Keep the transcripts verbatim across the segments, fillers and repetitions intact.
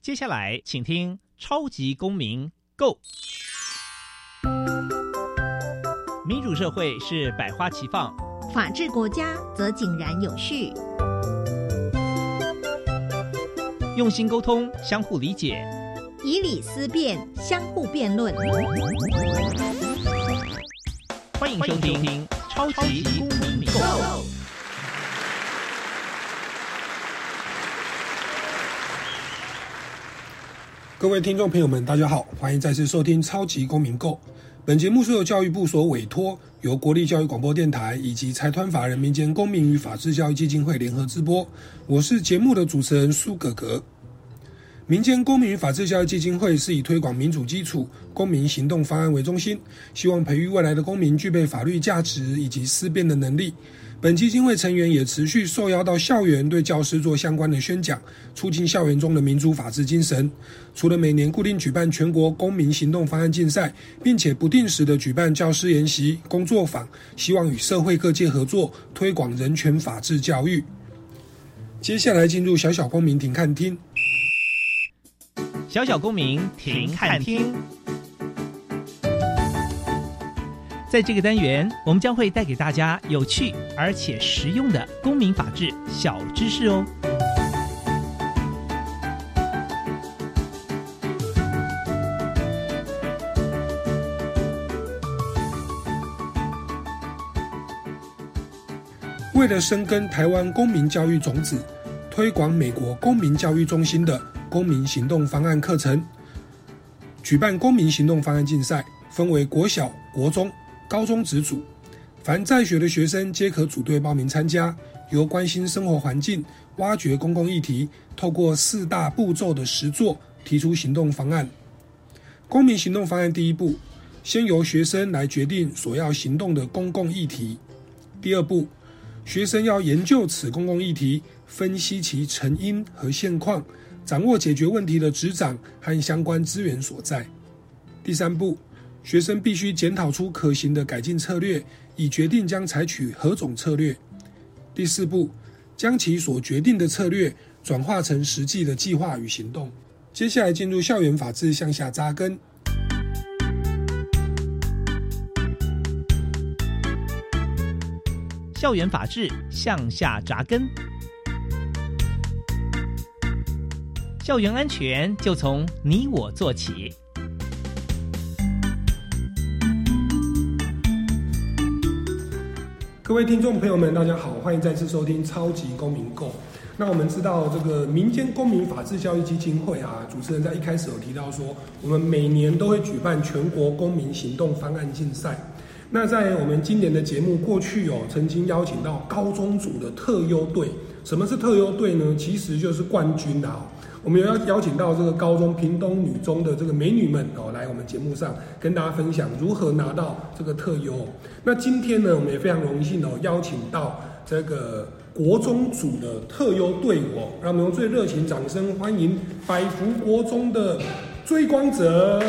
接下来请听超级公民 Go。 民主社会是百花齐放， 法治国家则井然有序。 用心沟通，相互理解， 以理思辨，相互辩论。 欢迎收听超级公民 Go。 各位听众朋友们，大家好，欢迎再次收听超级公民 Go。 本节目是由教育部所委托，由国立教育广播电台以及财团法人民间公民与法治教育基金会联合直播。我是节目的主持人苏格格。民间公民与法治教育基金会是以推广民主基础、公民行动方案为中心，希望培育未来的公民具备法律价值以及思辨的能力。本基金会成员也持续受邀到校园对教师做相关的宣讲，促进校园中的民主法治精神。除了每年固定举办全国公民行动方案竞赛，并且不定时的举办教师研习、工作坊，希望与社会各界合作，推广人权法治教育。接下来进入小小公民庭看厅。 小小公民庭看厅。在这个单元，我们将会带给大家有趣而且实用的公民法治小知识哦。 为了深耕台湾公民教育种子，推广美国公民教育中心的公民行动方案课程，举办公民行动方案竞赛，分为国小、国中、高中职组，凡在学的学生皆可组队报名参加，由关心生活环境、挖掘公共议题，透过四大步骤的实作提出行动方案。公民行动方案第一步，先由学生来决定所要行动的公共议题。第二步，学生要研究此公共议题，分析其成因和现况，掌握解决问题的执掌和相关资源所在。第三步，学生必须检讨出可行的改进策略，以决定将采取何种策略。第四步，将其所决定的策略转化成实际的计划与行动。接下来进入校园法治向下扎根。 校园法治向下扎根。校园安全就从你我做起。 各位听众朋友们，大家好，欢迎再次收听超级公民 Go。 那我们知道这个民间公民法治教育基金会啊，主持人在一开始有提到说，我们每年都会举办全国公民行动方案竞赛。那在我们今年的节目过去哦，曾经邀请到高中组的特优队。什么是特优队呢？其实就是冠军啊。我们有要邀请到这个高中屏东女中的这个美女们哦，来我们节目上跟大家分享如何拿到这个特优。那今天呢，我们也非常荣幸哦，邀请到这个国中组的特优队伍哦，让我们用最热情掌声欢迎百福国中的追光者。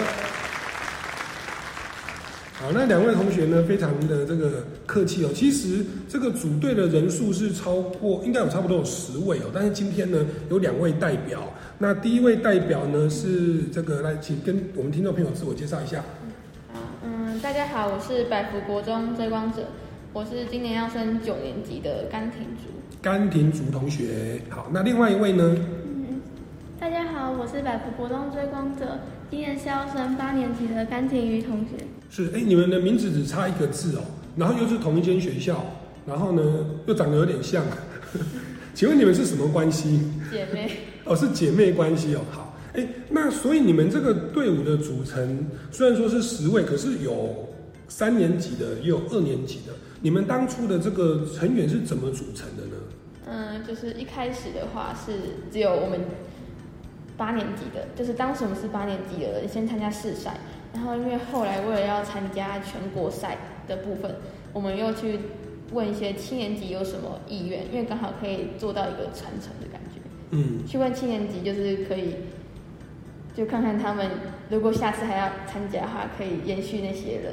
好，那两位同学呢，非常的这个客气哦。其实这个组队的人数是超过，应该有差不多有十位哦。但是今天呢，有两位代表。那第一位代表呢是这个，来，请跟我们听众朋友自我介绍一下。 嗯，大家好，我是百福国中追光者，我是今年要升九年级的甘婷竹。甘婷竹同学，好，那另外一位呢？ 嗯，大家好，我是百福国中追光者，今年是要升八年级的甘婷瑜同学。 是，哎，你们的名字只差一个字哦，然后又是同一间学校，然后呢又长得有点像，请问你们是什么关系？ 姐妹。 哦，是姐妹关系哦。好，哎，那所以你们这个队伍的组成虽然说是十位，可是有三年级的，也有二年级的。你们当初的这个成员是怎么组成的呢？ 嗯，就是一开始的话是只有我们八年级的，就是当时我们是八年级的人先参加试赛。然后，因为后来为了要参加全国赛的部分，我们又去问一些七年级有什么意愿，因为刚好可以做到一个传承的感觉。嗯，去问七年级就是可以，就看看他们如果下次还要参加的话，可以延续那些人。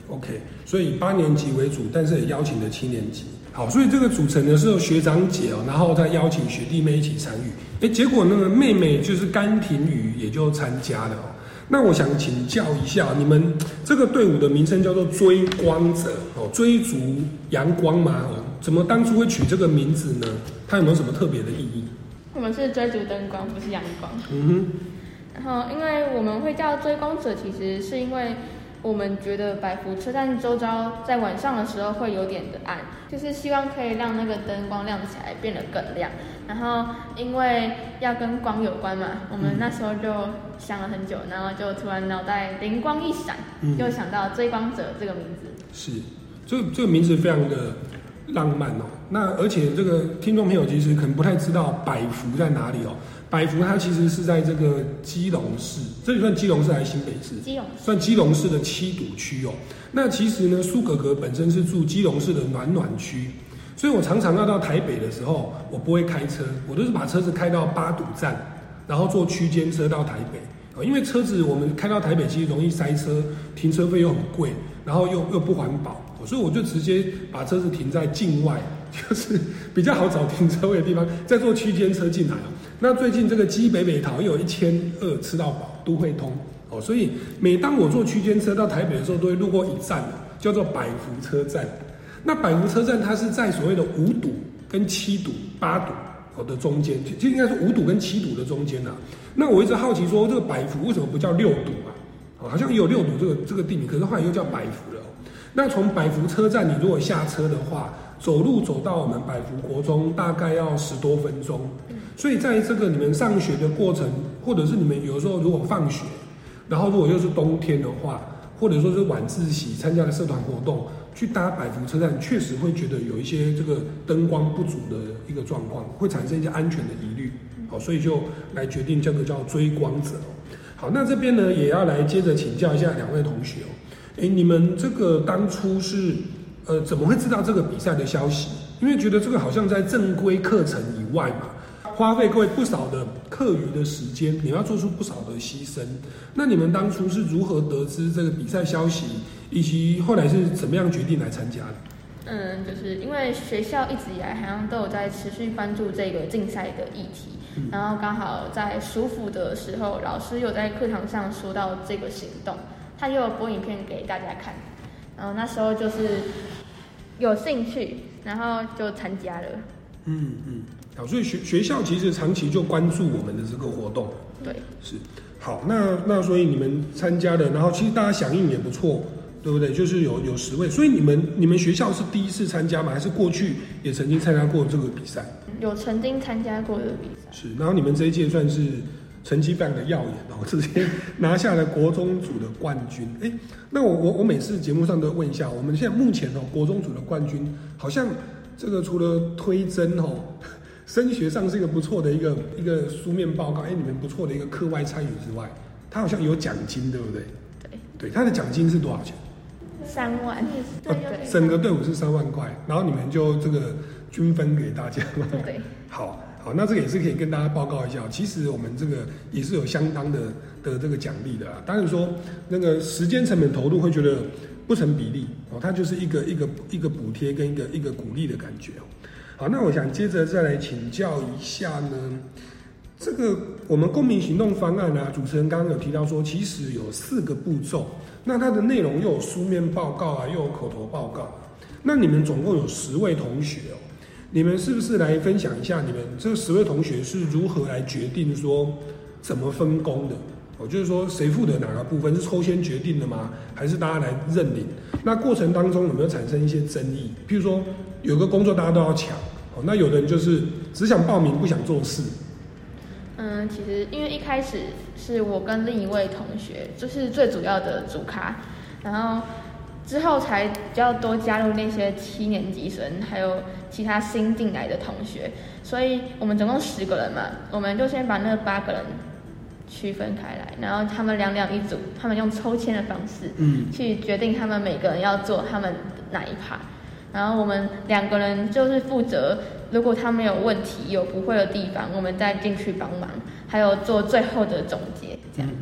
OK， 所以以八年级为主，但是也邀请了七年级。好，所以这个组成呢是由学长姐哦，然后再邀请学弟妹一起参与。哎，结果那个妹妹就是甘婷雨也就参加了哦。那我想请教一下，你们这个队伍的名称叫做追光者哦，追逐阳光嘛哦，怎么当初会取这个名字呢？它有没有什么特别的意义？ 我们是追逐灯光，不是阳光。 嗯哼。 然后，因为我们会叫追光者，其实是因为我们觉得百福车站周遭在晚上的时候会有点的暗，就是希望可以让那个灯光亮起来，变得更亮。然后因为要跟光有关嘛，我们那时候就想了很久，然后就突然脑袋灵光一闪，嗯、就想到追光者这个名字。 是，这这个名字非常的浪漫哦。那而且这个听众朋友其实可能不太知道百福在哪里哦。百福它其实是在这个基隆市，这里算基隆市还是新北市？ 基隆算基隆市的七堵区哦。那其实呢，苏哥哥本身是住基隆市的暖暖区，所以我常常要到台北的时候，我不会开车，我都是把车子开到八堵站，然后坐区间车到台北哦。因为车子我们开到台北其实容易塞车，停车费又很贵，然后又又不环保，所以我就直接把车子停在境外，就是比较好找停车位的地方，再坐区间车进来哦。那最近这个基北北桃又有一千二吃到饱都会通哦，所以每当我坐区间车到台北的时候，都会路过一站叫做百福车站。那百福车站它是在所谓的五堵跟七堵、八堵哦的中间，就应该是五堵跟七堵的中间啊。那我一直好奇说，这个百福为什么不叫六堵啊？哦，好像也有六堵这个这个地名，可是后来又叫百福了哦。那从百福车站，你如果下车的话，走路走到我们百福国中大概要十多分钟。所以在这个你们上学的过程，或者是你们有时候如果放学，然后如果又是冬天的话，或者说是晚自习参加的社团活动，去搭百福车站，确实会觉得有一些这个灯光不足的一个状况，会产生一些安全的疑虑。好，所以就来决定这个叫追光者。好，那这边呢也要来接着请教一下两位同学哦。哎，你们这个当初是呃怎么会知道这个比赛的消息？因为觉得这个好像在正规课程以外嘛。花费各位不少的课余的时间，你要做出不少的牺牲。那你们当初是如何得知这个比赛消息，以及后来是怎么样决定来参加的？ 嗯，就是因为学校一直以来好像都有在持续关注这个竞赛的议题，嗯、然后刚好在暑辅的时候，老师有在课堂上说到这个行动，他又有播影片给大家看，然后那时候就是有兴趣，然后就参加了。 嗯嗯。好，所以学学校其实长期就关注我们的这个活动。 对， 是。好，那那所以你们参加的，然后其实大家响应也不错，对不对？就是有有十位，所以你们你们学校是第一次参加吗？还是过去也曾经参加过这个比赛？ 有曾经参加过的比赛。 是，然后你们这一届算是成绩非常的耀眼哦，直接拿下了国中组的冠军。哎，那我我我每次节目上都问一下，我们现在目前哦国中组的冠军，好像这个除了推甄哦。升学上是一个不错的一个一个书面报告，哎，你们不错的一个课外参与之外，他好像有奖金，对不对？ 对， 对，他的奖金是多少钱？ 三万，对对， 整个队伍是三万块，然后你们就这个均分给大家嘛。 对， 好，好，那这个也是可以跟大家报告一下，其实我们这个也是有相当的的这个奖励的啊。当然说那个时间成本投入会觉得不成比例哦，它就是一个一个一个补贴跟一个一个鼓励的感觉哦。好，那我想接着再来请教一下呢，这个我们公民行动方案啊，主持人刚刚有提到说，其实有四个步骤，那它的内容又有书面报告啊，又有口头报告。那你们总共有十位同学哦，你们是不是来分享一下你们这十位同学是如何来决定说怎么分工的？哦，就是说谁负责哪个部分，是抽签决定的吗？还是大家来认领？那过程当中有没有产生一些争议？譬如说有个工作大家都要抢，哦，那有的人就是只想报名不想做事。 嗯，其实因为一开始是我跟另一位同学，就是最主要的主咖，然后之后才比较多加入那些七年级生，还有其他新进来的同学，所以我们总共十个人嘛，我们就先把那八个人区分开来，然后他们两两一组，他们用抽签的方式，嗯，去决定他们每个人要做他们哪一趴，然后我们两个人就是负责，如果他们有问题、有不会的地方，我们再进去帮忙，还有做最后的总结，这样子。嗯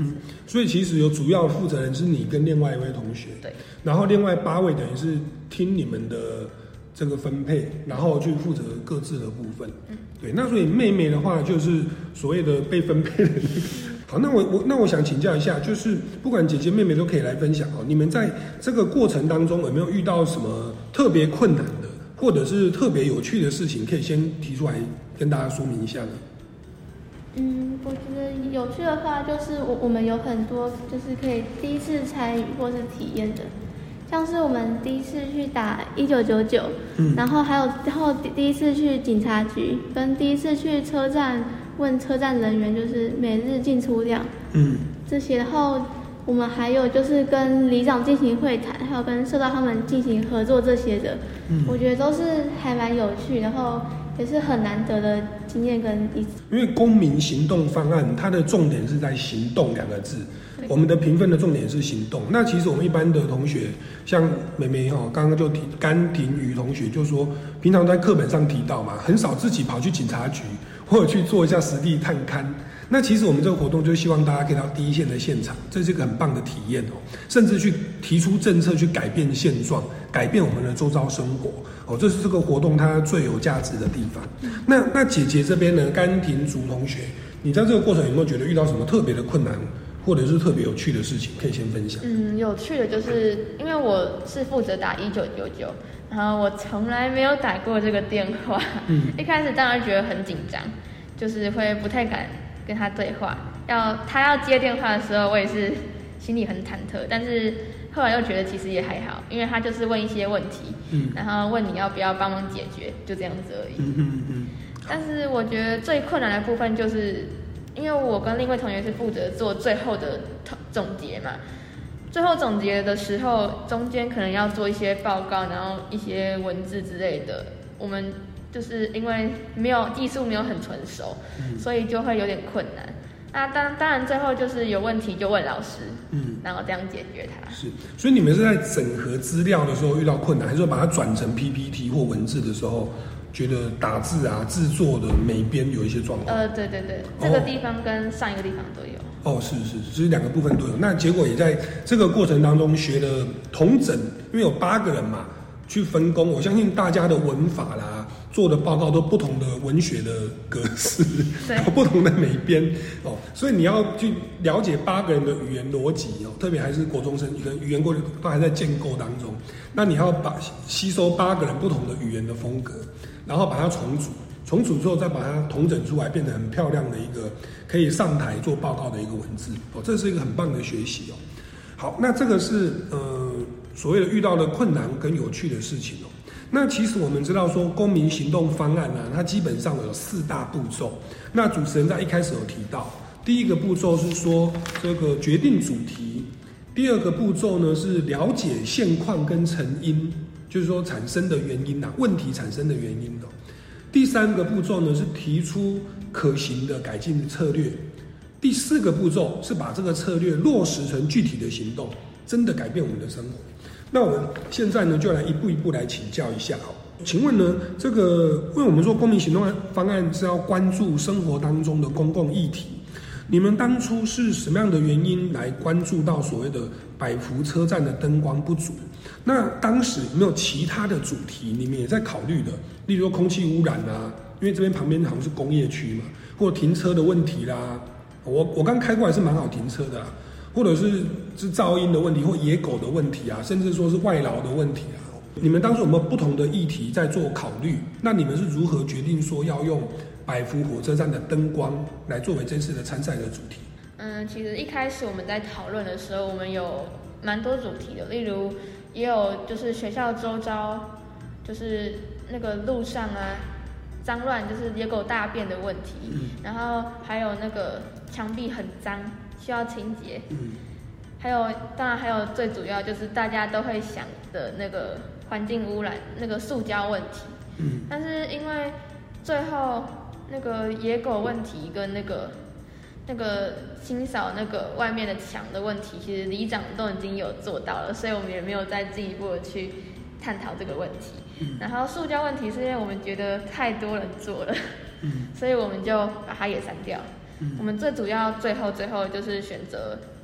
所以其实有主要负责人是你跟另外一位同学， 对， 然后另外八位等于是听你们的这个分配，然后去负责各自的部分。嗯，对。那所以妹妹的话就是所谓的被分配的那个。好，那我我那我想请教一下，就是不管姐姐妹妹都可以来分享哦。你们在这个过程当中有没有遇到什么特别困难的，或者是特别有趣的事情，可以先提出来跟大家说明一下呢？ 嗯，我觉得有趣的话，就是我我们有很多就是可以第一次参与或是体验的。像是我们第一次去打一九九九，嗯，然后还有然后第一次去警察局，跟第一次去车站问车站人员就是每日进出量，嗯，这些。然后我们还有就是跟里长进行会谈，还有跟社道他们进行合作这些的，嗯，我觉得都是还蛮有趣，然后也是很难得的经验跟意思。 因为公民行动方案，它的重点是在行动两个字。我们的评分的重点是行动。那其实我们一般的同学，像妹妹哈，刚刚就提甘婷瑜同学就说，平常在课本上提到嘛，很少自己跑去警察局或者去做一下实地探勘。那其实我们这个活动就希望大家可以到第一线的现场，这是一个很棒的体验哦，甚至去提出政策去改变现状，改变我们的周遭生活哦，这是这个活动它最有价值的地方。那那姐姐这边呢，甘婷竹同学，你在这个过程有没有觉得遇到什么特别的困难？或者是特别有趣的事情，可以先分享。 嗯，有趣的就是因为我是负责打一九九九，然后我从来没有打过这个电话。嗯，一开始当然觉得很紧张，就是会不太敢跟他对话。要他要接电话的时候，我也是心里很忐忑，但是后来又觉得其实也还好，因为他就是问一些问题，嗯，然后问你要不要帮忙解决，就这样子而已。嗯嗯嗯。但是我觉得最困难的部分就是。因为我跟另一位同学是负责做最后的总结嘛，最后总结的时候，中间可能要做一些报告，然后一些文字之类的。我们就是因为没有技术没有很纯熟，嗯，所以就会有点困难。那当当然最后就是有问题就问老师，嗯，然后这样解决它。是， 所以你们是在整合资料的时候遇到困难，还是说把它转成 P P T 或文字的时候？觉得打字啊、制作的每边有一些状况。 呃，对对对，这个地方跟上一个地方都有。 哦，是是，其实两个部分都有。那结果也在这个过程当中学了统整，因为有八个人嘛，去分工。我相信大家的文法啦，做的报告都不同的文学的格式，对，不同的每边哦，所以你要去了解八个人的语言逻辑哦，特别还是国中生，可能语言过都还在建构当中。那你要把吸收八个人不同的语言的风格。然后把它重组，重组之后再把它统整出来，变成很漂亮的一个可以上台做报告的一个文字哦，这是一个很棒的学习哦。好，那这个是呃所谓的遇到的困难跟有趣的事情哦。那其实我们知道说公民行动方案啊，它基本上有四大步骤。那主持人在一开始有提到，第一个步骤是说这个决定主题，第二个步骤呢是了解现况跟成因。就是说产生的原因啊，问题产生的原因哦。第三个步骤呢是提出可行的改进策略，第四个步骤是把这个策略落实成具体的行动，真的改变我们的生活。那我们现在呢就来一步一步来请教一下哦。请问呢，这个因为我们说公民行动方案是要关注生活当中的公共议题，你们当初是什么样的原因来关注到所谓的百福车站的灯光不足？那当时有没有其他的主题你们也在考虑的？例如说空气污染啊，因为这边旁边好像是工业区嘛，或者停车的问题啦。我我刚开过来是蛮好停车的啦，或者是是噪音的问题，或野狗的问题啊，甚至说是外劳的问题啊。你们当初有没有不同的议题在做考虑？那你们是如何决定说要用百福火车站的灯光来作为这次的参赛的主题？ 嗯，其实一开始我们在讨论的时候，我们有蛮多主题的，例如也有就是学校周遭，就是那个路上啊脏乱，就是野狗大便的问题，嗯，然后还有那个墙壁很脏，需要清洁，嗯，还有当然还有最主要就是大家都会想的那个环境污染，那个塑胶问题，嗯，但是因为最后那个野狗问题跟那个那个清扫那个外面的墙的问题，其实里长都已经有做到了，所以我们也没有再进一步的去探讨这个问题。嗯，然后塑胶问题是因为我们觉得太多人做了，嗯，所以我们就把它也删掉。嗯，我们最主要最后最后就是选择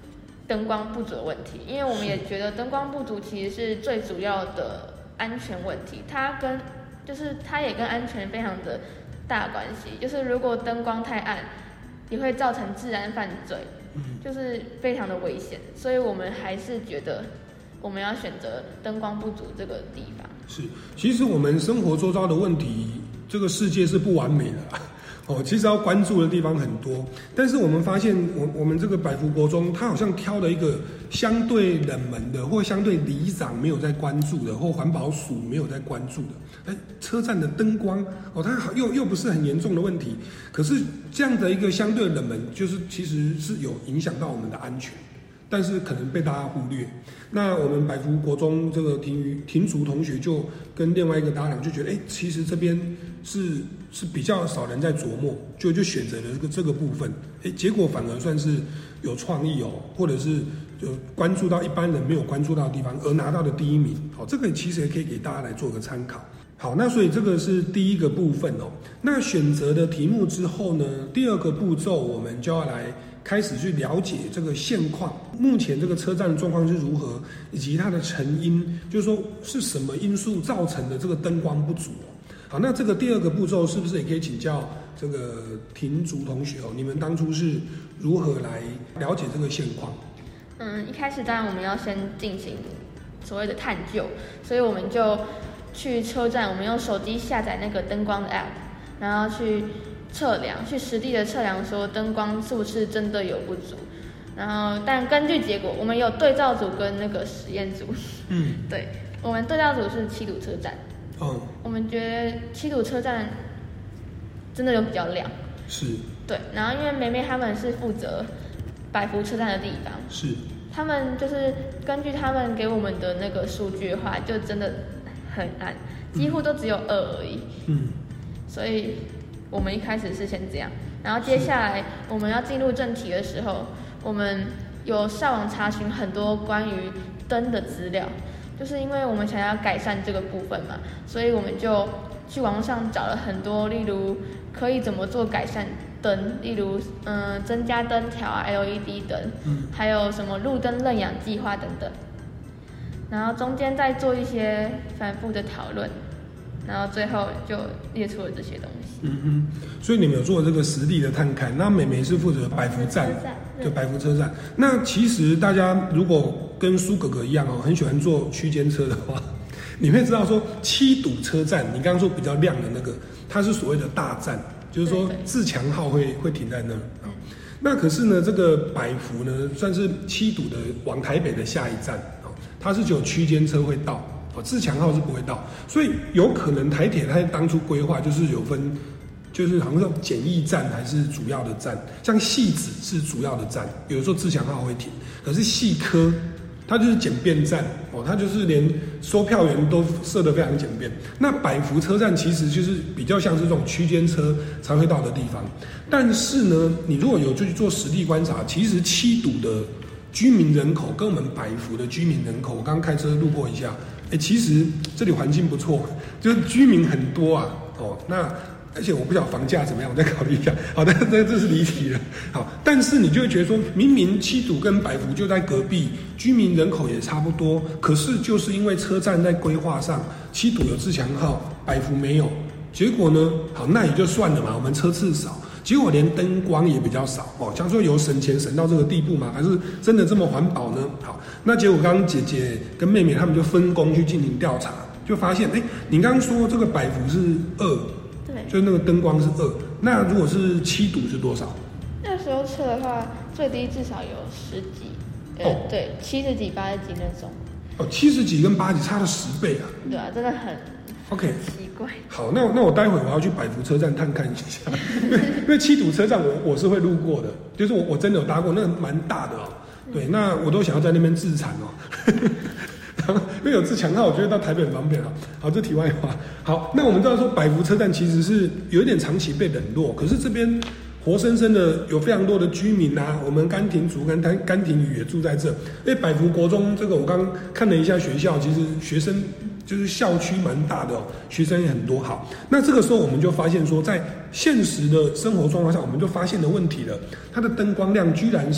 灯光不足的问题，因为我们也觉得灯光不足其实是最主要的安全问题，它跟就是它也跟安全非常的大关系，就是如果灯光太暗，也会造成治安犯罪，就是非常的危险，所以我们还是觉得我们要选择灯光不足这个地方。 是，其实我们生活周遭的问题，这个世界是不完美的啦。哦，其实要关注的地方很多，但是我们发现我，我们这个百福国中，它好像挑了一个相对冷门的，或相对里长没有在关注的，或环保署没有在关注的。哎，车站的灯光，哦，它又又不是很严重的问题，可是这样的一个相对冷门，就是其实是有影响到我们的安全。但是可能被大家忽略。那我们百福国中这个庭瑜庭竹同学就跟另外一个搭档就觉得，哎，其实这边是是比较少人在琢磨，就就选择了这个这个部分，哎，结果反而算是有创意哦，或者是有关注到一般人没有关注到的地方，而拿到的第一名。好，这个其实也可以给大家来做个参考。好，那所以这个是第一个部分哦。那选择的题目之后呢，第二个步骤我们就要来开始去了解这个现况，目前这个车站的状况是如何，以及它的成因，就是说是什么因素造成的这个灯光不足哦。好，那这个第二个步骤是不是也可以请教这个庭竹同学哦？你们当初是如何来了解这个现况？ 嗯，一开始当然我们要先进行所谓的探究，所以我们就去车站，我们用手机下载那个灯光的 app， 然后去测量，去实地的测量说灯光是不是真的有不足。然后，但根据结果，我们有对照组跟那个实验组。嗯，对，我们对照组是七堵车站。哦，我们觉得七堵车站真的有比较亮。 是。 对，然后因为梅梅他们是负责百福车站的地方。 是。 他们就是根据他们给我们的那个数据的话，就真的很暗，几乎都只有二而已。嗯。所以我们一开始是先这样，然后接下来我们要进入正题的时候，我们有上网查询很多关于灯的资料，就是因为我们想要改善这个部分嘛，所以我们就去网上找了很多，例如可以怎么做改善灯，例如嗯、呃、增加灯条啊 L E D 灯，嗯，还有什么路灯认养计划等等，然后中间再做一些反复的讨论。然后最后就列出了这些东西。 嗯嗯，所以你们有做这个实地的探看。那美美是负责百福站，就百福车站。那其实大家如果跟苏哥哥一样哦，很喜欢坐区间车的话，你会知道说七堵车站，你刚刚说比较亮的那个，它是所谓的大站，就是说自强号会会停在那儿。嗯、那可是呢，这个百福呢，算是七堵的往台北的下一站哦，它是只有区间车会到。自强号是不会到，所以有可能台铁它当初规划就是有分，就是好像是简易站还是主要的站，像汐止是主要的站，有的时候自强号会停，可是汐科它就是简便站哦，它就是连收票员都设得非常简便。那百福车站其实就是比较像是这种区间车才会到的地方，但是呢，你如果有就去做实地观察，其实七堵的居民人口跟我们百福的居民人口，我刚刚开车路过一下。哎，其实这里环境不错，就是居民很多啊，哦，那而且我不晓得房价怎么样，我再考虑一下。好的，这这是离题了。好，但是你就会觉得说，明明七堵跟百福就在隔壁，居民人口也差不多，可是就是因为车站在规划上，七堵有自强号，百福没有，结果呢，好，那也就算了嘛，我们车次少。结果连灯光也比较少哦，想说有省钱省到这个地步吗？还是真的这么环保呢？好，那结果刚刚姐姐跟妹妹他们就分工去进行调查，就发现，哎，你刚刚说这个百福是二， 对， 就是那个灯光是二，那如果是七堵是多少？ 那时候测的话，最低至少有十几，呃、哦，对，七十几、八十几那种。 哦，七十几跟八十几差了十倍啊！ 对啊，真的很。 OK， 奇怪。 好，那那我待会我要去百福车站探看一下，因为因为七堵车站我我是会路过的，就是我我真的有搭过，那个蛮大的哦。对，那我都想要在那边自产哦。然后因为有自强号，我觉得到台北很方便啊。好，这题外话。好，那我们知道说百福车站其实是有一点长期被冷落，可是这边活生生的有非常多的居民啊，我们甘庭族跟甘甘庭宇也住在这。因为百福国中这个我刚看了一下学校，其实学生。就是校区蛮大的哦，学生也很多。好，那这个时候我们就发现说，在现实的生活状况下，我们就发现了问题了。它的灯光亮居然是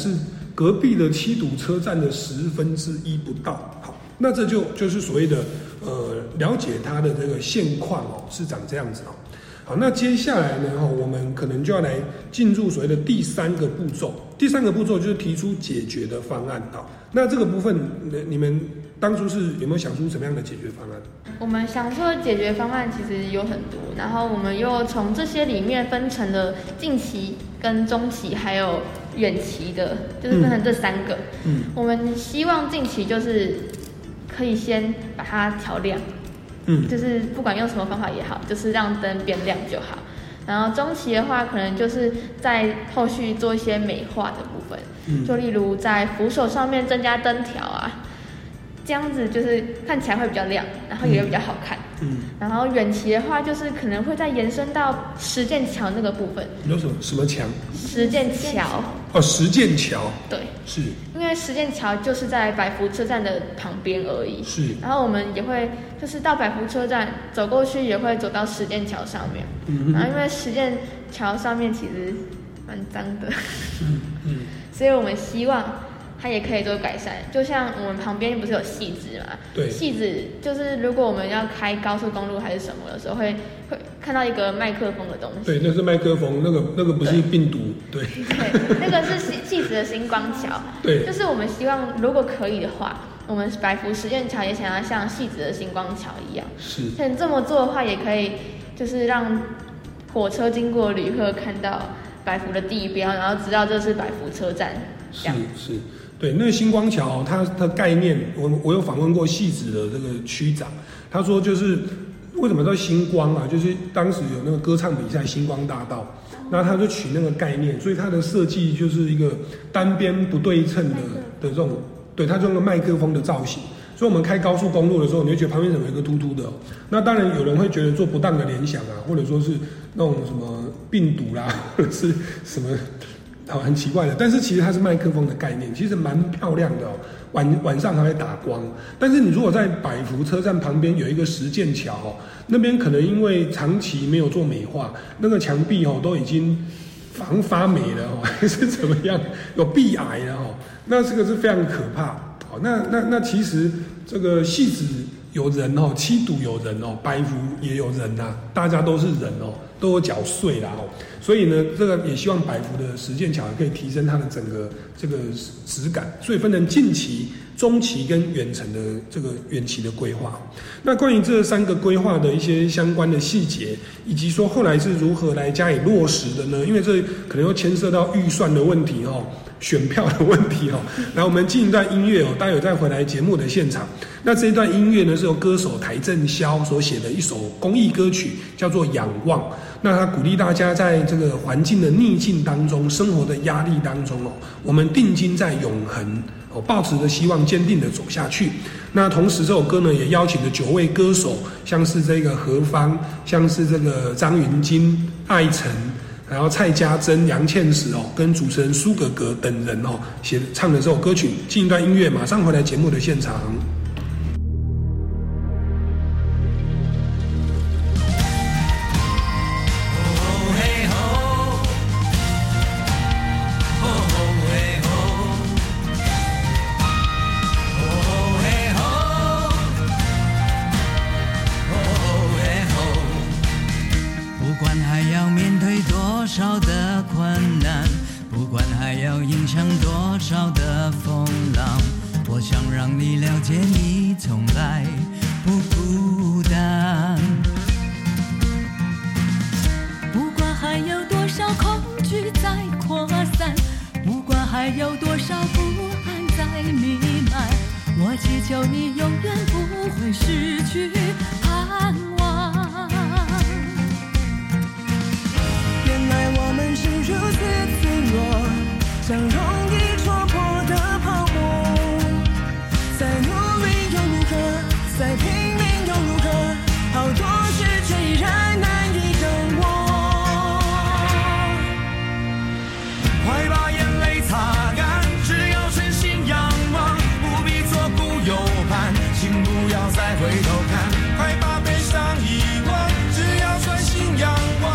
隔壁的七堵车站的十分之一不到。好，那这就就是所谓的呃了解它的这个现况哦，是长这样子哦。好，那接下来呢，哈，我们可能就要来进入所谓的第三个步骤。第三个步骤就是提出解决的方案。好，那这个部分，你们当初是有没有想出什么样的解决方案？ 我们想出的解决方案其实有很多，然后我们又从这些里面分成了近期、跟中期还有远期的，就是分成这三个。嗯，我们希望近期就是可以先把它调亮。嗯，就是不管用什么方法也好，就是让灯变亮就好。然后中期的话，可能就是在后续做一些美化的部分，嗯，就例如在扶手上面增加灯条啊，这样子就是看起来会比较亮，然后也会比较好看。嗯，然后远期的话，就是可能会再延伸到石涧桥那个部分。 有什么什么桥？ 石涧桥。 哦，石涧桥。 对， 是。 因为石涧桥就是在百福车站的旁边而已。是。然后我们也会就是到百福车站走过去，也会走到石涧桥上面。嗯。然后因为石涧桥上面其实蛮脏的。嗯嗯。所以我们希望它也可以做改善，就像我们旁边不是有汐止嘛？对，汐止就是如果我们要开高速公路还是什么的时候，会会看到一个麦克风的东西。 对，那是麦克风，那个那个不是病毒。对， 对，那个是汐止的星光桥。对，就是我们希望如果可以的话，我们百福石涧桥也想要像汐止的星光桥一样。是，像这么做的话，也可以就是让火车经过旅客看到百福的地标，然后知道这是百福车站。 是是。对，那个星光桥，它的概念，我我有访问过汐止的这个区长，他说就是为什么叫星光啊？就是当时有那个歌唱比赛，星光大道，那他就取那个概念，所以它的设计就是一个单边不对称的的这种，对，它就用个麦克风的造型，所以我们开高速公路的时候，你会觉得旁边怎么有一个凸凸的、哦？那当然有人会觉得做不当的联想啊，或者说是那种什么病毒啦，或者是什么。好，很奇怪的，但是其实它是麦克风的概念，其实蛮漂亮的哦。晚晚上还会打光，但是你如果在百福车站旁边有一个石涧桥哦，那边可能因为长期没有做美化，那个墙壁哦都已经防发霉了哦，还是怎么样，有壁癌了哦，那这个是非常可怕。好，那那那其实这个汐止有人哦，七堵有人哦，百福也有人呐、啊，大家都是人哦，都有缴税啦哦。所以呢，这个也希望百福的石涧桥可以提升它的整个这个质感，所以分成近期、中期跟远程的这个远期的规划。那关于这三个规划的一些相关的细节，以及说后来是如何来加以落实的呢？因为这可能又牵涉到预算的问题哦，选票的问题哦。来，我们进一段音乐哦，待会再回来节目的现场。那这一段音乐呢，是由歌手邰正宵所写的一首公益歌曲，叫做《仰望》。那他鼓励大家在这个环境的逆境当中、生活的压力当中哦，我们定睛在永恒哦，抱持着希望，坚定的走下去。那同时，这首歌呢也邀请了九位歌手，像是这个何方，像是这个张芸京、艾成，然后蔡家珍、杨倩石哦，跟主持人苏格格等人哦，写唱的这首歌曲。进一段音乐，马上回来节目的现场。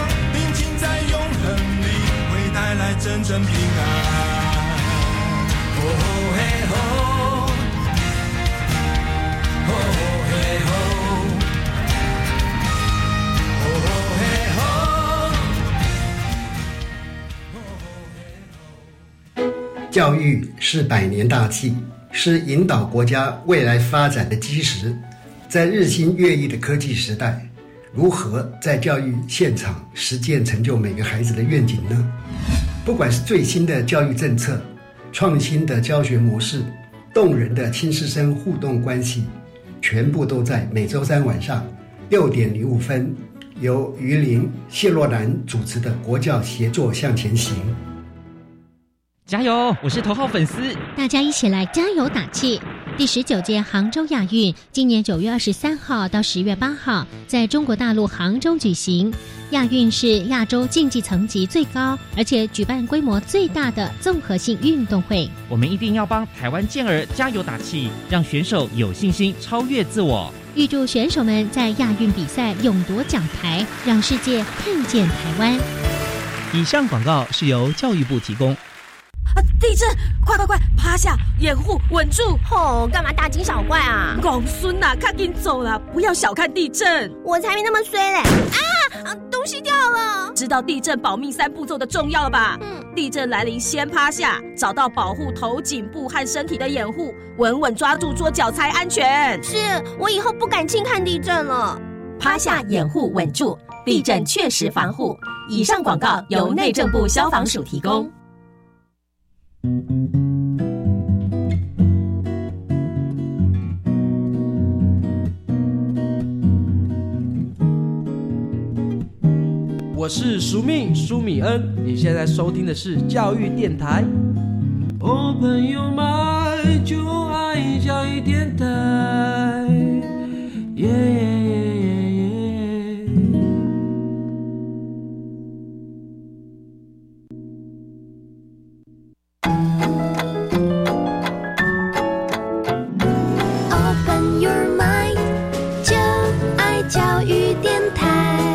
真正平安。 教育是百年大计，是引导国家未来发展的基石。在日新月异的科技时代，如何在教育现场实践成就每个孩子的愿景呢？不管是最新的教育政策、创新的教学模式、动人的亲师生互动关系，全部都在每周三晚上六点零五分，由于林、谢若楠主持的国教协作向前行。 加油！我是头号粉丝， 大家一起来加油打气。第十九届杭州亚运今年九月二十三号到十月八号在中国大陆杭州举行。亚运是亚洲竞技层级最高，而且举办规模最大的综合性运动会。 我们一定要帮台湾健儿加油打气，让选手有信心超越自我。 预祝选手们在亚运比赛勇夺奖牌，让世界看见台湾。 以上广告是由教育部提供。 啊！地震！快快快，趴下，掩护，稳住！ 吼，干嘛大惊小怪啊？ 公孙呐，赶紧走啦！不要小看地震， 我才没那么衰嘞！啊啊，东西掉了！ 知道地震保命三步骤的重要了吧？嗯，地震来临先趴下，找到保护头、颈部和身体的掩护，稳稳抓住桌脚才安全。 是，我以后不敢轻看地震了。 趴下，掩护，稳住，地震确实防护。以上广告由内政部消防署提供。 我是苏命苏米恩，你现在收听的是教育电台。Open your mind， 就爱教育电台。耶耶耶耶耶。 Open your mind， 就爱教育电台。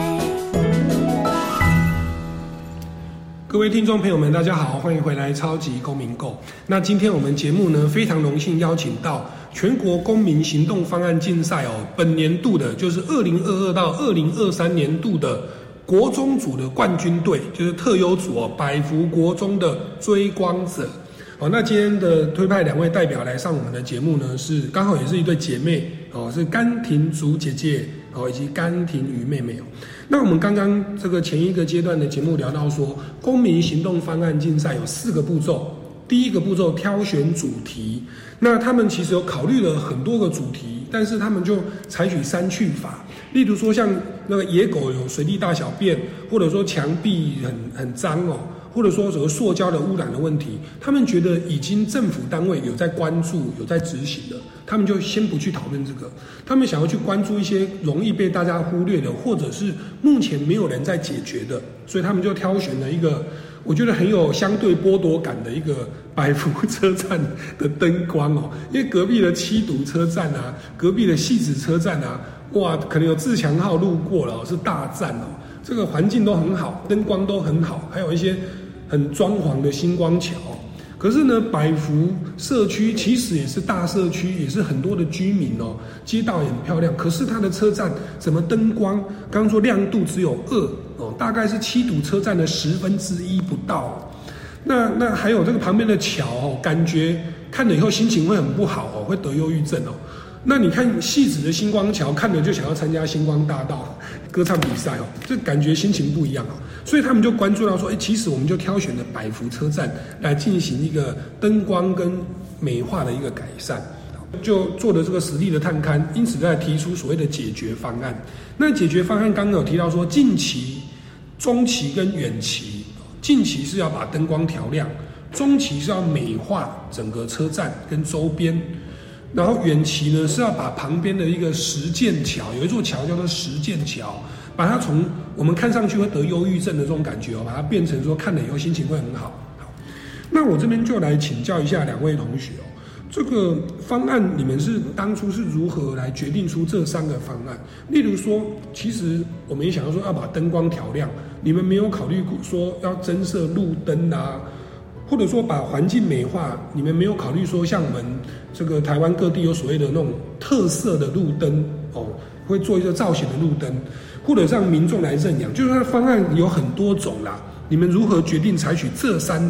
各位听众朋友们，大家好，欢迎回来超级公民购。那今天我们节目呢，非常荣幸邀请到全国公民行动方案竞赛哦，本年度的就是二零二二到二零二三年度的国中组的冠军队，就是特优组哦，百福国中的追光者。哦，那今天的推派两位代表来上我们的节目呢，是刚好也是一对姐妹哦，是甘婷竹姐姐哦，以及甘婷瑜妹妹哦。那我们刚刚这个前一个阶段的节目聊到说，公民行动方案竞赛有四个步骤。第一个步骤挑选主题，那他们其实有考虑了很多个主题，但是他们就采取删去法。例如说像那个野狗有随地大小便，或者说墙壁很很脏哦，或者说这个塑胶的污染的问题，他们觉得已经政府单位有在关注、有在执行的，他们就先不去讨论这个。他们想要去关注一些容易被大家忽略的，或者是目前没有人在解决的，所以他们就挑选了一个我觉得很有相对剥夺感的一个百福车站的灯光哦，因为隔壁的七堵车站啊，隔壁的汐止车站啊，哇，可能有自强号路过了哦，是大站哦，这个环境都很好，灯光都很好，还有一些很装潢的星光桥。可是呢，百福社区其实也是大社区，也是很多的居民哦，街道也很漂亮。可是它的车站怎么灯光，刚刚说亮度只有二哦，大概是七堵车站的十分之一不到。那那还有这个旁边的桥哦，感觉看了以后心情会很不好哦，会得忧郁症哦。那你看汐止的星光桥，看了就想要参加星光大道歌唱比赛哦，这感觉心情不一样哦。所以他们就关注到说，哎，其实我们就挑选了百福车站来进行一个灯光跟美化的一个改善，就做了这个实地的探勘，因此在提出所谓的解决方案。那解决方案刚刚有提到说，近期、中期跟远期，近期是要把灯光调亮，中期是要美化整个车站跟周边。然后远期呢是要把旁边的一个石涧桥，有一座桥叫做石涧桥，把它从我们看上去会得忧郁症的这种感觉哦，把它变成说看了以后心情会很好。好，那我这边就来请教一下两位同学哦，这个方案你们是当初是如何来决定出这三个方案？例如说，其实我们也想要说要把灯光调亮，你们没有考虑说要增设路灯啊？或者说把环境美化，你们没有考虑说像我们这个台湾各地有所谓的那种特色的路灯哦，会做一个造型的路灯，或者让民众来认养，就是它的方案有很多种啦。你们如何决定采取这三种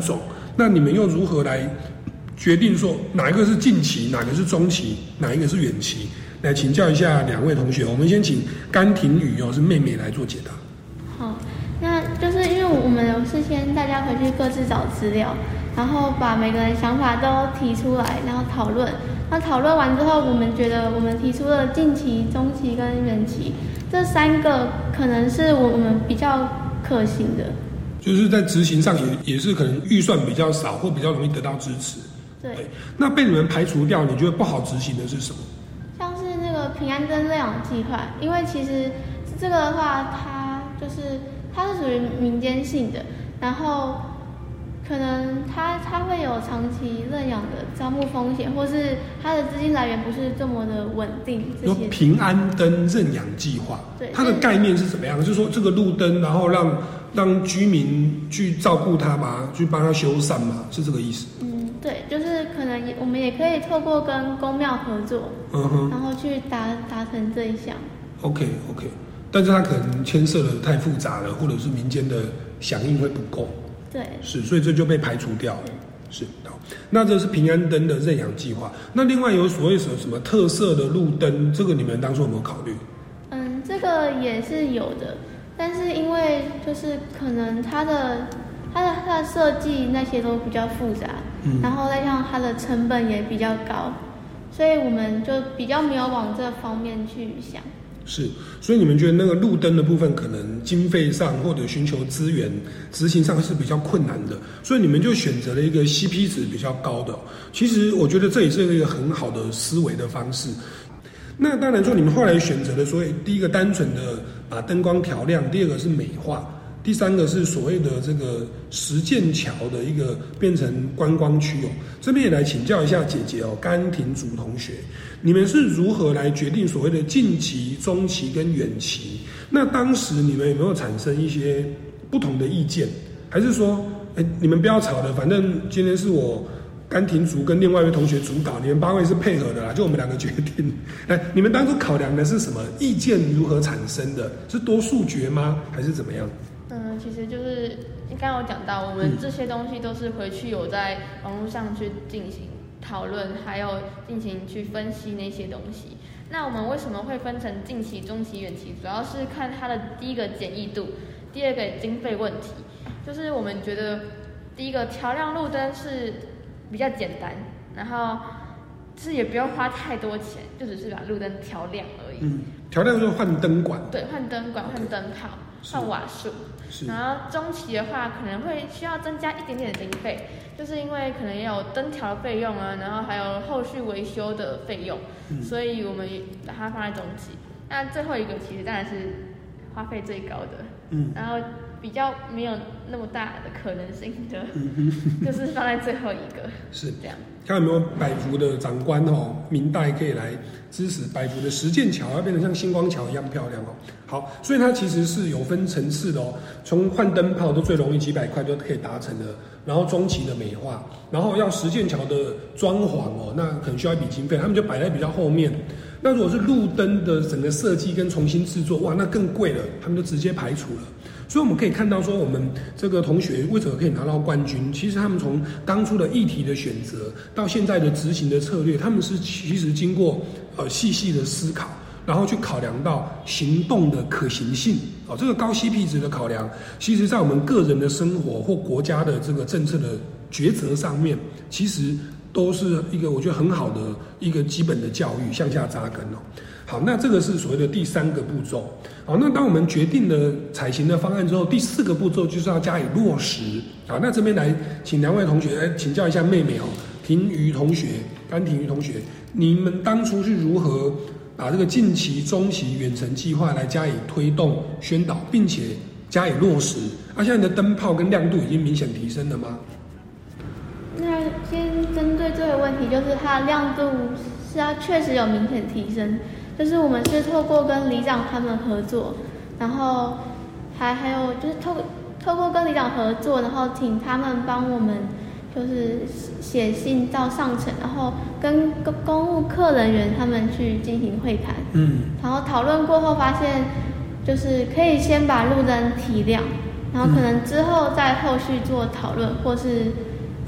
那你们又如何来决定说哪一个是近期，哪个是中期，哪一个是远期？来请教一下两位同学，我们先请甘庭宇哦，是妹妹来做解答。 好，那就是因为我们有事先大家回去各自找资料，然后把每个人想法都提出来，然后讨论。那讨论完之后，我们觉得我们提出了近期、中期跟远期这三个，可能是我们比较可行的。 就是在执行上也也是可能预算比较少，或比较容易得到支持。 对。 对，那被你们排除掉，你觉得不好执行的是什么？ 像是那个平安灯认养计划，因为其实这个的话，它就是它是属于民间性的，然后可能它它会有长期认养的招募风险，或是它的资金来源不是这么的稳定。这些平安灯认养计划， 对， 它的概念是怎么样？就是说这个路灯，然后让让居民去照顾它嘛，去帮它修缮嘛，是这个意思？ 嗯，对，就是可能也我们也可以透过跟公庙合作，嗯哼，然后去达达成这一项。 OK OK， 但是它可能牵涉的太复杂了，或者是民间的响应会不够。 对， 是，所以这就被排除掉了。是，好，那这是平安灯的认养计划。那另外有所谓什么什么特色的路灯，这个你们当初有没有考虑？ 嗯，这个也是有的，但是因为就是可能它的它的它的设计那些都比较复杂，嗯，然后再加上它的成本也比较高，所以我们就比较没有往这方面去想。 是，所以你们觉得那个路灯的部分可能经费上或者寻求资源执行上是比较困难的，所以你们就选择了一个 C P 值比较高的。其实我觉得这也是一个很好的思维的方式。那当然说你们后来选择的，所以第一个单纯的把灯光调亮，第二个是美化，第三个是所谓的这个石涧桥的一个变成观光区哦。这边也来请教一下姐姐哦，甘庭竹同学，你们是如何来决定所谓的近期、中期跟远期？那当时你们有没有产生一些不同的意见？还是说，哎，你们不要吵了，反正今天是我甘庭竹跟另外一位同学主导，你们八位是配合的啦，就我们两个决定。来，你们当初考量的是什么？意见如何产生的？是多数决吗？还是怎么样？ 嗯，其实就是刚刚有讲到，我们这些东西都是回去有在网络上去进行讨论，还有进行去分析那些东西。那我们为什么会分成近期、中期、远期？主要是看它的第一个简易度，第二个经费问题。就是我们觉得第一个调亮路灯是比较简单，然后就是也不用花太多钱，就只是把路灯调亮而已。 嗯，调亮就是换灯管。 对，换灯管、换灯泡、换瓦数。然后中期的话，可能会需要增加一点点的经费，就是因为可能也有灯条的费用啊，然后还有后续维修的费用，嗯、所以我们也把它放在中期。那最后一个其实当然是花费最高的，嗯，然后比较没有那么大的可能性的，嗯、就是放在最后一个。是这样。 看有没有百福的长官哦，明代可以来支持百福的石涧桥，要变成像星光桥一样漂亮哦。好，所以它其实是有分层次的哦，从换灯泡都最容易几百块都可以达成的，然后中期的美化，然后要石涧桥的装潢哦，那可能需要一笔经费，他们就摆在比较后面。那如果是路灯的整个设计跟重新制作，哇，那更贵了，他们就直接排除了。所以我们可以看到说，我们这个同学为什么可以拿到冠军？其实他们从当初的议题的选择到现在的执行的策略，他们是其实经过呃细细的思考，然后去考量到行动的可行性。哦，这个高 C P 值的考量，其实在我们个人的生活或国家的这个政策的抉择上面，其实都是一个我觉得很好的一个基本的教育，向下扎根哦。好，那这个是所谓的第三个步骤。好，那当我们决定了采行的方案之后，第四个步骤就是要加以落实。好，那这边来请两位同学来请教一下妹妹哦，庭瑜同学、甘庭瑜同学，你们当初是如何把这个近期、中期、远程计划来加以推动、宣导，并且加以落实？啊，现在你的灯泡跟亮度已经明显提升了吗？ 那先针对这个问题，就是它的亮度是要确实有明显提升。就是我们是透过跟里长他们合作，然后还还有就是透透过跟里长合作，然后请他们帮我们就是写信到上层，然后跟公务课人员他们去进行会谈，嗯，然后讨论过后发现，就是可以先把路灯提亮，然后可能之后再后续做讨论，或是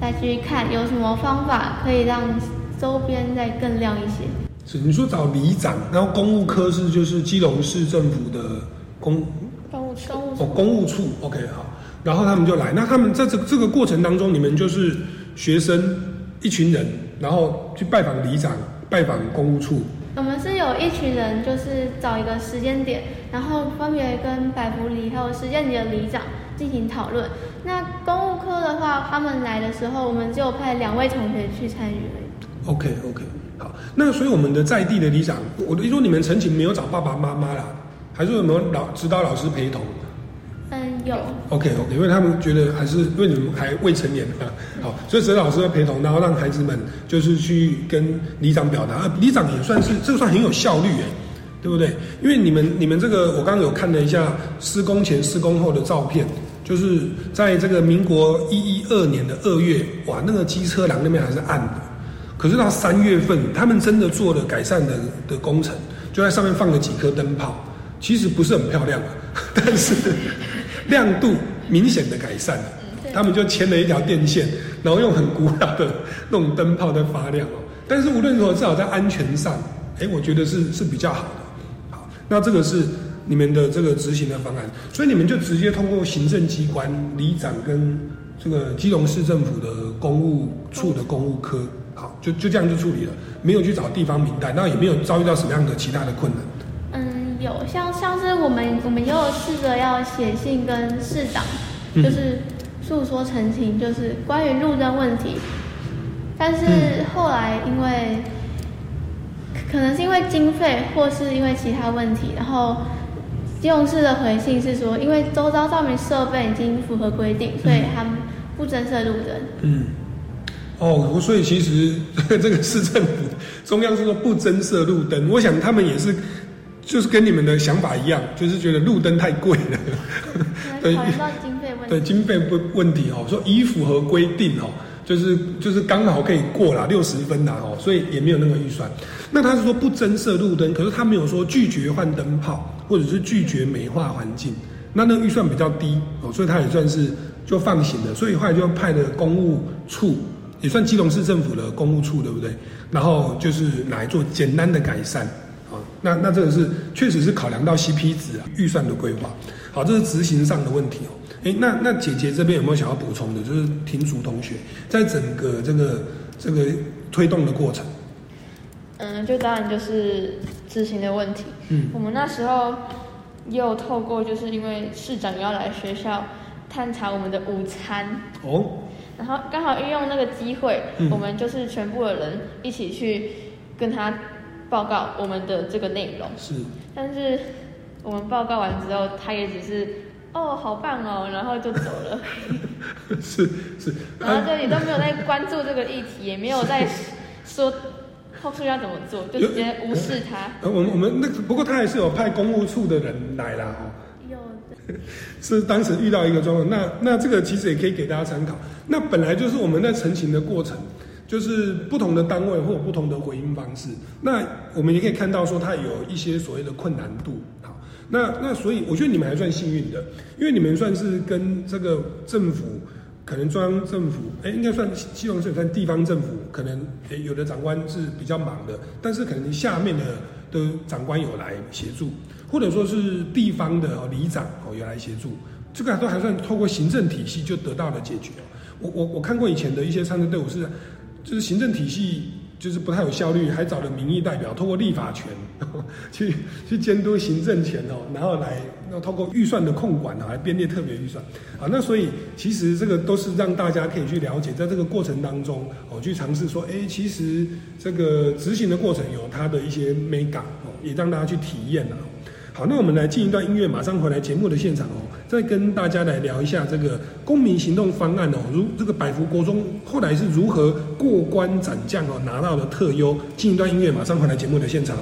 再去看有什么方法可以让周边再更亮一些。 是你说找里长，然后公务科是就是基隆市政府的公公务处哦公务处 ，OK 好，然后他们就来，那他们在这个这个过程当中，你们就是学生一群人，然后去拜访里长，拜访公务处。 我们是有一群人，就是找一个时间点，然后分别跟百福里还有实践里的里长进行讨论。那公务科的话，他们来的时候，我们只有派两位同学去参与而已。 OK OK。好，那所以我们的在地的里长，我的意思说你们陈情没有找爸爸妈妈啦，还是有没有老指导老师陪同？ 嗯，有。 OK OK， 因为他们觉得还是因为你们还未成年嘛，好，所以指导老师会陪同，然后让孩子们就是去跟里长表达，啊，里长也算是这个算很有效率哎，对不对？因为你们你们这个我刚刚有看了一下施工前施工后的照片，就是在这个民国一一二年的二月，哇，那个机车廊那边还是暗的。可是到三月份，他们真的做了改善的的工程，就在上面放了几颗灯泡，其实不是很漂亮啊，但是亮度明显的改善了。他们就牵了一条电线，然后用很古老的那种灯泡在发亮哦。但是无论如何，至少在安全上，哎，我觉得是是比较好的。好，那这个是你们的这个执行的方案，所以你们就直接通过行政机关里长跟这个基隆市政府的公务处的公务科。好，就就这样就处理了，没有去找地方名单，那也没有遭遇到什么样的其他的困难。 嗯，有像像是我们我们也有试着要写信跟市长， 嗯、 就是诉说陈情，就是关于路灯问题。但是后来因为、嗯、可能是因为经费，或是因为其他问题，然后基隆市的回信是说，因为周遭照明设备已经符合规定，所以他们不增设路灯。嗯。 哦，所以其实这个市政府中央是说不增设路灯，我想他们也是，就是跟你们的想法一样，就是觉得路灯太贵了， 对，考虑到经费问题， 对经费不问题哦，说已符合规定哦，就是就是刚好可以过啦，六十分啦哦，所以也没有那个预算。那他是说不增设路灯，可是他没有说拒绝换灯泡，或者是拒绝美化环境，那那个预算比较低哦，所以他也算是就放行了，所以后来就派了公务处。也算基隆市政府的公务处，对不对？然后就是来做简单的改善，啊，那那这个是确实是考量到 C P 值啊，预算的规划。好，这是执行上的问题哦。哎，那那姐姐这边有没有想要补充的？就是庭主同学在整个这个这个推动的过程， 嗯，就当然就是执行的问题。嗯，我们那时候也有透过，就是因为市长要来学校探查我们的午餐哦。然后刚好运用那个机会、嗯，我们就是全部的人一起去跟他报告我们的这个内容。是，但是我们报告完之后，他也只是哦，好棒哦，然后就走了。 是是， 然后就也都没有在关注这个议题，也没有在说后续要怎么做，就直接无视他。 呃，我们我们那不过他还是有派公务处的人来啦，哈。是当时遇到一个状况，那那这个其实也可以给大家参考。那本来就是我们在陈情的过程，就是不同的单位会有不同的回应方式。那我们也可以看到说，它有一些所谓的困难度。好，那那所以我觉得你们还算幸运的，因为你们算是跟这个政府，可能中央政府，哎，应该算基隆市算地方政府，可能诶有的长官是比较忙的，但是可能下面的的长官有来协助。或者说是地方的哦里长哦有来协助，这个都还算透过行政体系就得到了解决。我我我看过以前的一些参政队伍是，就是行政体系就是不太有效率，还找了民意代表透过立法权去去监督行政权哦，然后来要透过预算的控管啊来编列特别预算啊。那所以其实这个都是让大家可以去了解，在这个过程当中哦去尝试说，哎，其实这个执行的过程有它的一些美感哦，也让大家去体验啊。好，那我们来进一段音乐，马上回来节目的现场哦，再跟大家来聊一下这个公民行动方案哦，如这个百福国中后来是如何过关斩将哦，拿到了特优。进一段音乐，马上回来节目的现场。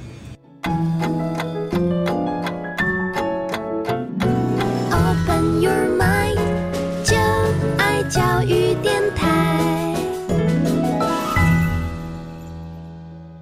Open your mind， 就爱教育电台。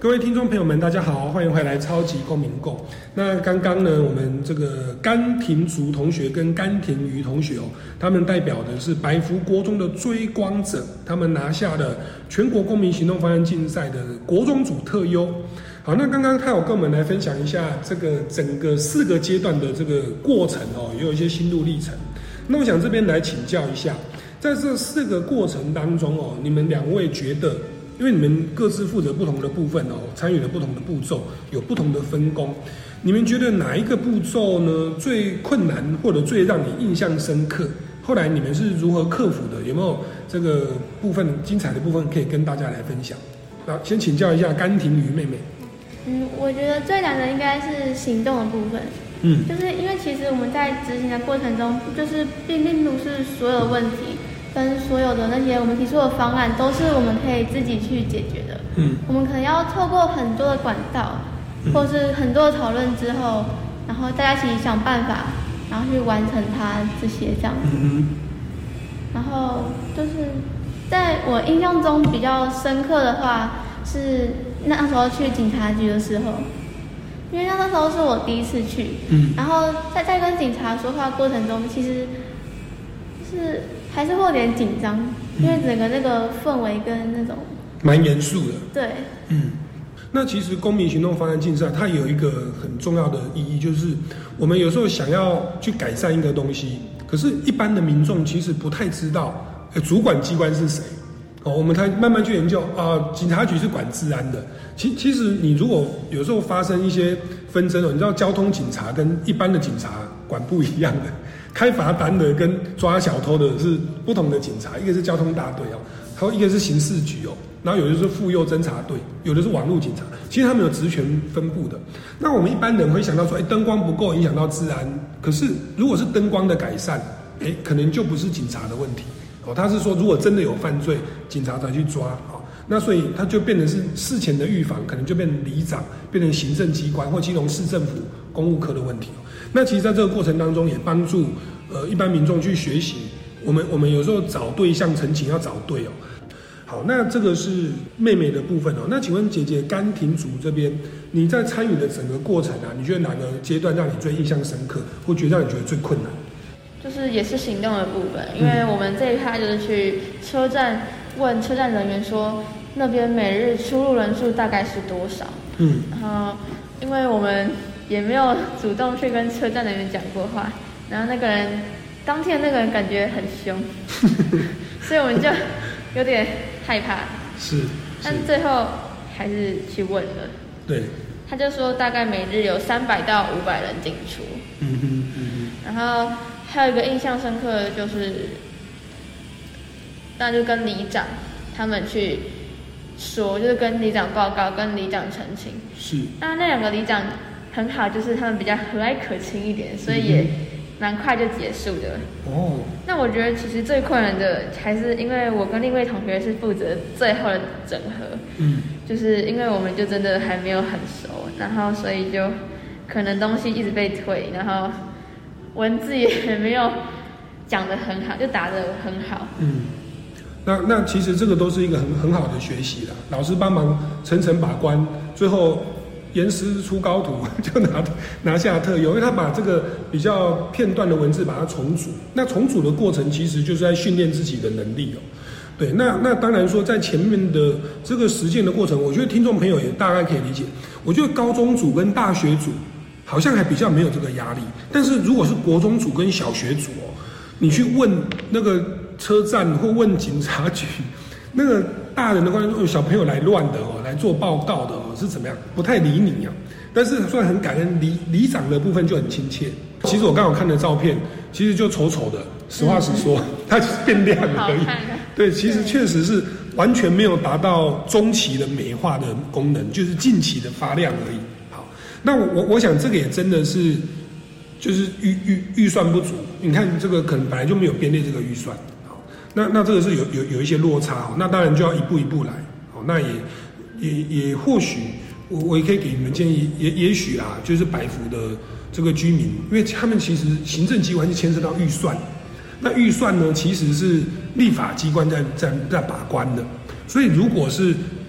各位听众朋友们，大家好，欢迎回来超级公民购。那刚刚呢，我们这个甘庭竹同学跟甘庭瑜同学哦，他们代表的是百福国中的追光者，他们拿下了全国公民行动方案竞赛的国中组特优。好，那刚刚他有跟我们来分享一下这个整个四个阶段的这个过程哦，也有一些心路历程。那我想这边来请教一下，在这四个过程当中哦，你们两位觉得？因为你们各自负责不同的部分哦，参与了不同的步骤，有不同的分工。你们觉得哪一个步骤呢最困难，或者最让你印象深刻？后来你们是如何克服的？有没有这个部分精彩的部分可以跟大家来分享？那先请教一下甘庭瑜妹妹。 嗯，我觉得最难的应该是行动的部分。嗯，就是因为其实我们在执行的过程中，就是并并不是所有的问题。跟所有的那些我们提出的方案都是我们可以自己去解决的。嗯，我们可能要透过很多的管道，嗯、或是很多的讨论之后，然后大家一起想办法，然后去完成它这些这样子。嗯、然后就是在我印象中比较深刻的话，是那时候去警察局的时候，因为那时候是我第一次去，嗯，然后在在跟警察说话过程中，其实就是还是会有点紧张，因为整个那个氛围跟那种蛮严肃的。 对， 嗯。那其实公民行动方案竞赛，它有一个很重要的意义，就是我们有时候想要去改善一个东西，可是一般的民众其实不太知道，呃，主管机关是谁。哦，我们才慢慢去研究啊、呃，警察局是管治安的。其其实你如果有时候发生一些纷争哦，你知道交通警察跟一般的警察管不一样的，开罚单的跟抓小偷的是不同的警察，一个是交通大队哦，还有一个是刑事局哦，然后有的是妇幼侦查队，有的是网络警察，其实他们有职权分布的。那我们一般人会想到说，哎，灯光不够影响到治安，可是如果是灯光的改善，哎，可能就不是警察的问题。哦，他是说，如果真的有犯罪，警察才去抓啊、哦。那所以他就变成是事前的预防，可能就变成里长，变成行政机关或基隆市政府公务科的问题。那其实在这个过程当中，也帮助呃一般民众去学习。我们我们有时候找对象陈情要找对哦。好，那这个是妹妹的部分哦。那请问姐姐甘庭竹这边，你在参与的整个过程啊，你觉得哪个阶段让你最印象深刻，或觉得让你觉得最困难？ 就是也是行动的部分，因为我们这一趴就是去车站问车站人员说那边每日出入人数大概是多少，嗯，然后因为我们也没有主动去跟车站人员讲过话，然后那个人当天那个人感觉很凶，所以我们就有点害怕， 是， 但最后还是去问了， 对， 他就说大概每日有三百到五百人进出，嗯哼嗯哼，然后。还有一个印象深刻的就是，那就跟里长他们去说，就是跟里长报告，跟里长澄清。是。那那两个里长很好，就是他们比较和蔼可亲一点，所以也蛮快就结束的。哦。那我觉得其实最困难的还是因为我跟另一位同学是负责最后的整合。嗯。就是因为我们就真的还没有很熟，然后所以就可能东西一直被推，然后。文字也没有讲得很好，就答得很好。嗯， 那那其实这个都是一个很很好的学习啦。老师帮忙层层把关，最后严师出高徒，就拿拿下特优，因为他把这个比较片段的文字把它重组。那重组的过程其实就是在训练自己的能力哦。对，那那当然说在前面的这个实践的过程，我觉得听众朋友也大概可以理解。我觉得高中组跟大学组。好像还比较没有这个压力，但是如果是国中组跟小学组哦，你去问那个车站或问警察局，那个大人的关系，小朋友来乱的哦，来做报告的哦，是怎么样？不太理你啊。但是虽然很感恩，里里长的部分就很亲切。其实我刚好看的照片，其实就丑丑的，实话实说，它就是变亮而已。对，其实确实是完全没有达到中期的美化的功能，就是近期的发亮而已。那我我想这个也真的是，就是预预预算不足。你看这个可能本来就没有编列这个预算，好，那那这个是有有有一些落差，那当然就要一步一步来，好，那也也也或许我我也可以给你们建议，也也许啊，就是百福的这个居民，因为他们其实行政机关是牵涉到预算，那预算呢其实是立法机关在在在把关的，所以如果是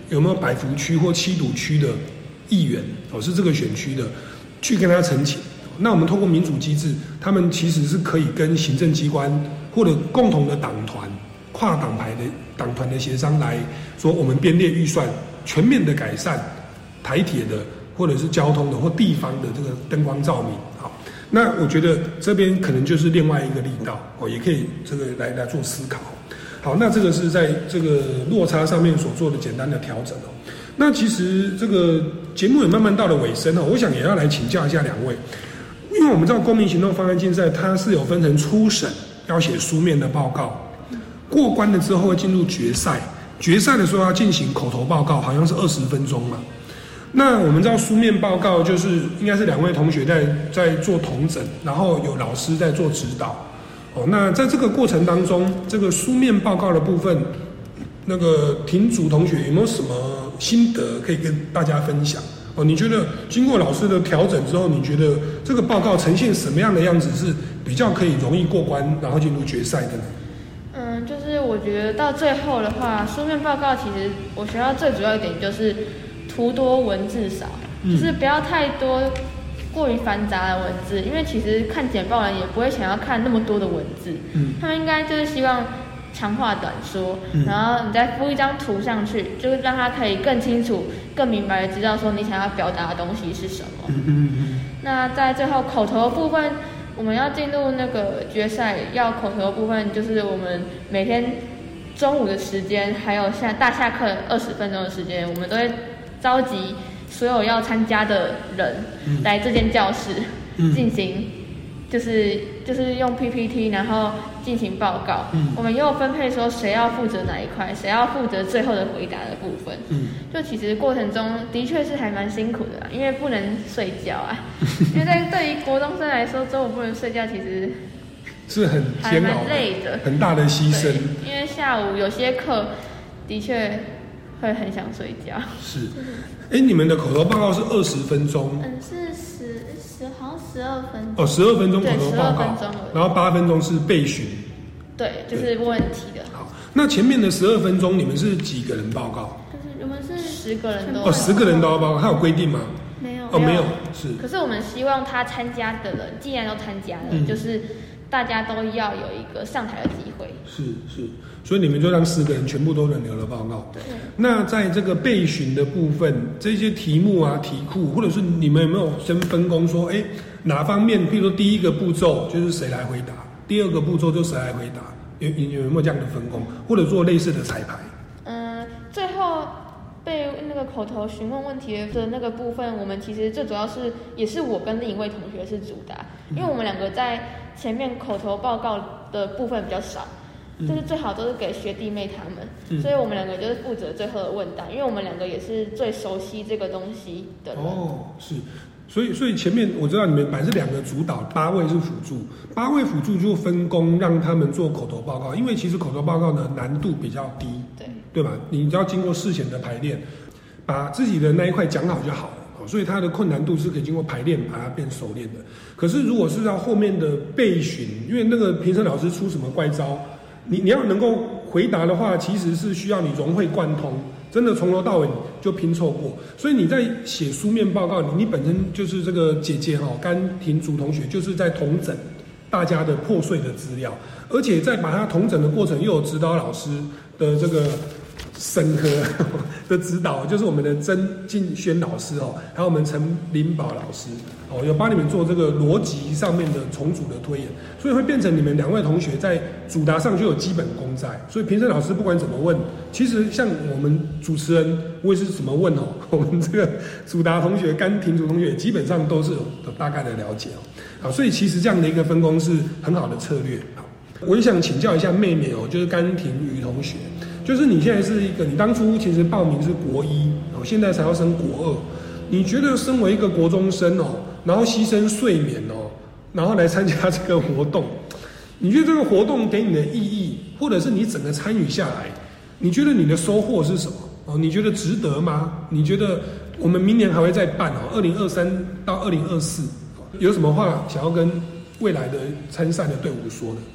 有没有百福区或七堵区的议员哦，是这个选区的，去跟他陈情。那我们透过民主机制，他们其实是可以跟行政机关或者共同的党团、跨党派的党团的协商来说，我们编列预算，全面的改善台铁的或者是交通的或地方的这个灯光照明。好，那我觉得这边可能就是另外一个力道哦，也可以这个来来做思考。好，那这个是在这个落差上面所做的简单的调整哦。那其实这个节目也慢慢到了尾声哦，我想也要来请教一下两位。因为我们知道公民行动方案竞赛，它是有分成初审，要写书面的报告，过关了之后会进入决赛，决赛的时候要进行口头报告，好像是二十分钟嘛。那我们知道书面报告就是应该是两位同学在在做统整，然后有老师在做指导。哦，那在这个过程当中，这个书面报告的部分，那个庭主同学有没有什么心得可以跟大家分享？哦，你觉得经过老师的调整之后，你觉得这个报告呈现什么样的样子是比较可以容易过关，然后进入决赛的呢？ 嗯，就是我觉得到最后的话，书面报告其实我学到最主要一点就是图多文字少，嗯、就是不要太多过于繁杂的文字，因为其实看简报人也不会想要看那么多的文字，嗯、他们应该就是希望长话短说，嗯、然后你再附一张图上去，就是让他可以更清楚、更明白的知道说你想要表达的东西是什么。嗯嗯嗯。那在最后口头的部分，我们要进入那个决赛，要口头的部分就是我们每天中午的时间，还有下大下课二十分钟的时间，我们都会召集所有要参加的人来这间教室进行。嗯就是就是用 P P T， 然后进行报告。嗯，我们也有分配说谁要负责哪一块，谁要负责最后的回答的部分。嗯，就其实过程中的确是还蛮辛苦的啦，因为不能睡觉啊。因为在对于国中生来说，中午不能睡觉，其实是很煎熬的， 累的， 很大的牺牲。 因为下午有些课的确会很想睡觉。 是，哎，你们的口头报告是二十分钟？ 嗯，是十十好像十二分钟。 哦，十二分钟口头报告，然后八分钟是备询。 对，就是问题的。 好，那前面的十二分钟你们是几个人报告？ 就是我们是十个人都。 哦，十个人都要报告，它有规定吗？ 没有。 哦，没有，是。 可是我们希望他参加的人，既然都参加了，嗯、就是大家都要有一个上台的机会。 是是，所以你们就让十个人全部都轮流了报告。对。那在这个备询的部分，这些题目啊、题库，或者是你们有没有先分工说，哎，哪方面？譬如说第一个步骤就是谁来回答，第二个步骤就谁来回答，有有有没有这样的分工，或者做类似的彩排？ 嗯，最后被那个口头询问问题的那个部分，我们其实最主要是也是我跟另一位同学是主答，因为我们两个在前面口头报告的部分比较少。就是最好都是给学弟妹他们，嗯、所以我们两个就是负责最后的问答，因为我们两个也是最熟悉这个东西的人。 哦，是，所以所以前面我知道你们本来是两个主导，八位是辅助，八位辅助就分工让他们做口头报告，因为其实口头报告的难度比较低，对对吧？你只要经过事前的排练，把自己的那一块讲好就好了，所以它的困难度是可以经过排练把它变熟练的。可是如果是到后面的备询，因为那个评审老师出什么怪招。你你要能够回答的话，其实是需要你融会贯通，真的从头到尾就拼凑过。所以你在写书面报告，你你本身就是这个姐姐哈，甘婷竹同学就是在统整大家的破碎的资料，而且在把它统整的过程，又有指导老师的这个审核的指导，就是我们的曾敬轩老师哦，还有我们陈林宝老师哦，有帮你们做这个逻辑上面的重组的推演，所以会变成你们两位同学在主答上就有基本功在，所以评审老师不管怎么问，其实像我们主持人，我也是怎么问哦，我们这个主答同学甘婷竹同学基本上都是有大概的了解哦，好，所以其实这样的一个分工是很好的策略。好，我也想请教一下妹妹哦，就是甘婷瑜同学。就是你现在是一个，你当初其实报名是国一，哦，现在才要升国二。你觉得身为一个国中生哦，然后牺牲睡眠哦，然后来参加这个活动，你觉得这个活动给你的意义，或者是你整个参与下来，你觉得你的收获是什么？哦，你觉得值得吗？你觉得我们明年还会再办哦，二零二三到二零二四，有什么话想要跟未来的参赛的队伍说的？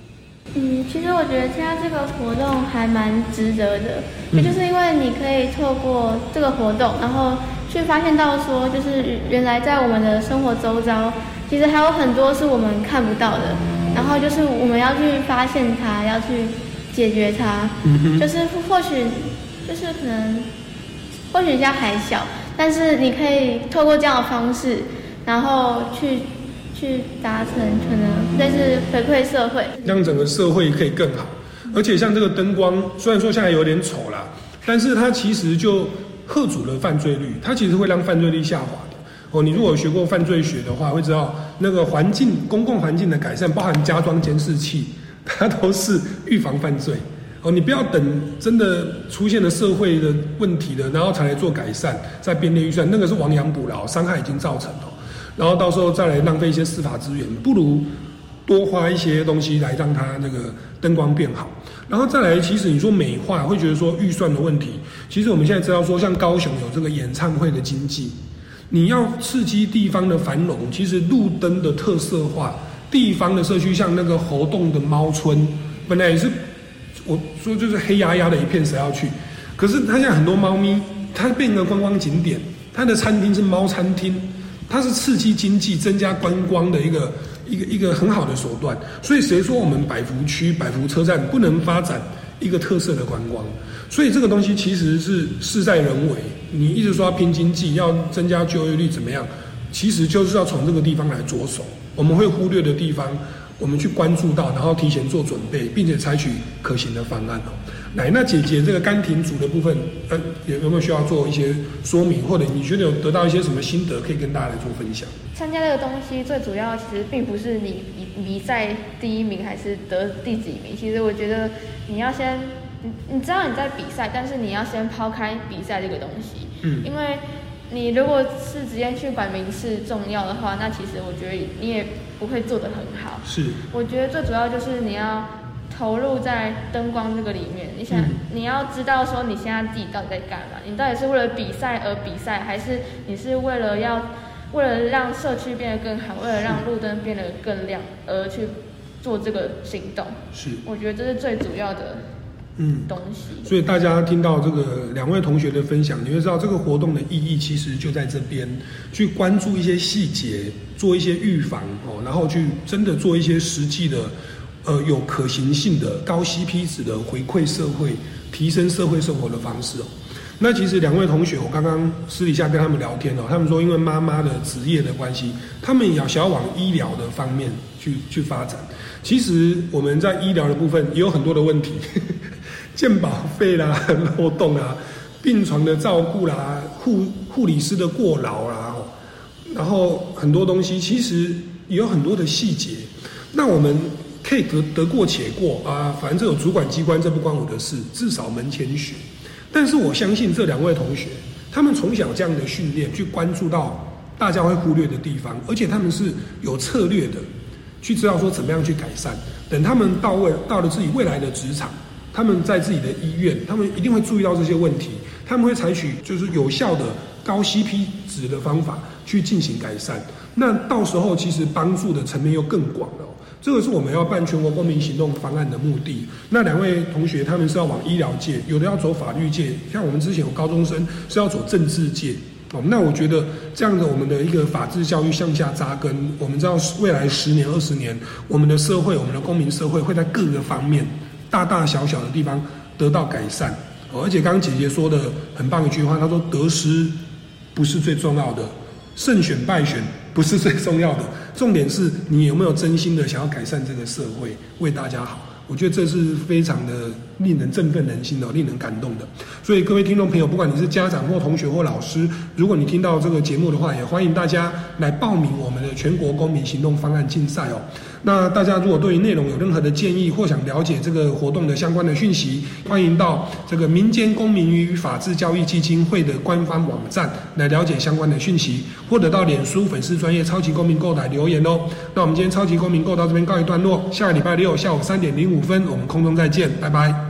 嗯，其实我觉得参加这个活动还蛮值得的，也、嗯、就是因为你可以透过这个活动，然后去发现到说，就是原来在我们的生活周遭，其实还有很多是我们看不到的，然后就是我们要去发现它，要去解决它，嗯、就是或许就是可能或许家还小，但是你可以透过这样的方式，然后去。去达成可能类似回馈社会， 让整个社会可以更好。而且像这个灯光，虽然说现在有点丑啦，但是它其实就遏阻了犯罪率，它其实会让犯罪率下滑的。哦，你如果有学过犯罪学的话，会知道那个环境、公共环境的改善，包含加装监视器，它都是预防犯罪。哦，你不要等真的出现了社会的问题了，然后才来做改善，再编列预算，那个是亡羊补牢，伤害已经造成了。然后到时候再来浪费一些司法资源，不如多花一些东西来让它那个灯光变好。然后再来，其实你说美化，会觉得说预算的问题。其实我们现在知道说，像高雄有这个演唱会的经济，你要刺激地方的繁荣，其实路灯的特色化，地方的社区，像那个猴洞的猫村，本来也是我说就是黑压压的一片，谁要去？可是它现在很多猫咪，它变成观光景点，它的餐厅是猫餐厅。它是刺激经济、增加观光的一个一个一个很好的手段，所以谁说我们百福区、百福车站不能发展一个特色的观光？所以这个东西其实是事在人为。你一直说要拼经济、要增加就业率怎么样？其实就是要从这个地方来着手。我们会忽略的地方，我们去关注到，然后提前做准备，并且采取可行的方案哦。来，那姐姐这个甘婷组的部分，呃，有没有需要做一些说明，或者你觉得有得到一些什么心得，可以跟大家来做分享？ 参加这个东西最主要其实并不是你比比赛第一名还是得第几名，其实我觉得你要先，你你知道你在比赛，但是你要先抛开比赛这个东西，嗯，因为你如果是直接去管名次重要的话，那其实我觉得你也不会做得很好。是，我觉得最主要就是你要投入在灯光这个里面，你想、嗯、你要知道说你现在自己到底在干嘛，你到底是为了比赛而比赛，还是你是为了要为了让社区变得更好，为了让路灯变得更亮而去做这个行动。是，我觉得这是最主要的嗯东西。 所以大家听到这个两位同学的分享，你会知道这个活动的意义其实就在这边，去关注一些细节，做一些预防哦，然后去真的做一些实际的呃有可行性的高 C P 值的回馈社会，提升社会生活的方式哦。那其实两位同学，我刚刚私底下跟他们聊天哦，他们说因为妈妈的职业的关系，他们也要想要往医疗的方面去去发展。其实我们在医疗的部分也有很多的问题，健保费啦、漏洞啊、病床的照顾啦、护护理师的过劳啦，然后很多东西其实也有很多的细节。那我们可以得得过且过啊，反正这有主管机关，这不关我的事，至少门前学。但是我相信这两位同学，他们从小这样的训练，去关注到大家会忽略的地方，而且他们是有策略的，去知道说怎么样去改善。等他们到位到了自己未来的职场，他们在自己的医院，他们一定会注意到这些问题，他们会采取就是有效的高 C P 值的方法去进行改善。那到时候其实帮助的层面又更广了。这个是我们要办全国公民行动方案的目的。那两位同学他们是要往医疗界，有的要走法律界，像我们之前有高中生是要走政治界。哦，那我觉得这样的我们的一个法治教育向下扎根，我们知道未来十年、二十年，我们的社会、我们的公民社会会在各个方面、大大小小的地方得到改善。哦，而且刚刚姐姐说的很棒一句话，她说得失不是最重要的，胜选败选不是最重要的，重点是你有没有真心的想要改善这个社会，为大家好。我觉得这是非常的令人振奋人心的，令人感动的。所以各位听众朋友，不管你是家长或同学或老师，如果你听到这个节目的话，也欢迎大家来报名我们的全国公民行动方案竞赛哦。那大家如果对于内容有任何的建议，或想了解这个活动的相关的讯息，欢迎到这个民间公民与法治教育基金会的官方网站来了解相关的讯息，或者到脸书粉丝专页超级公民购台留言哦。那我们今天超级公民购到这边告一段落，下个礼拜六下午三点零五分，我们空中再见，拜拜。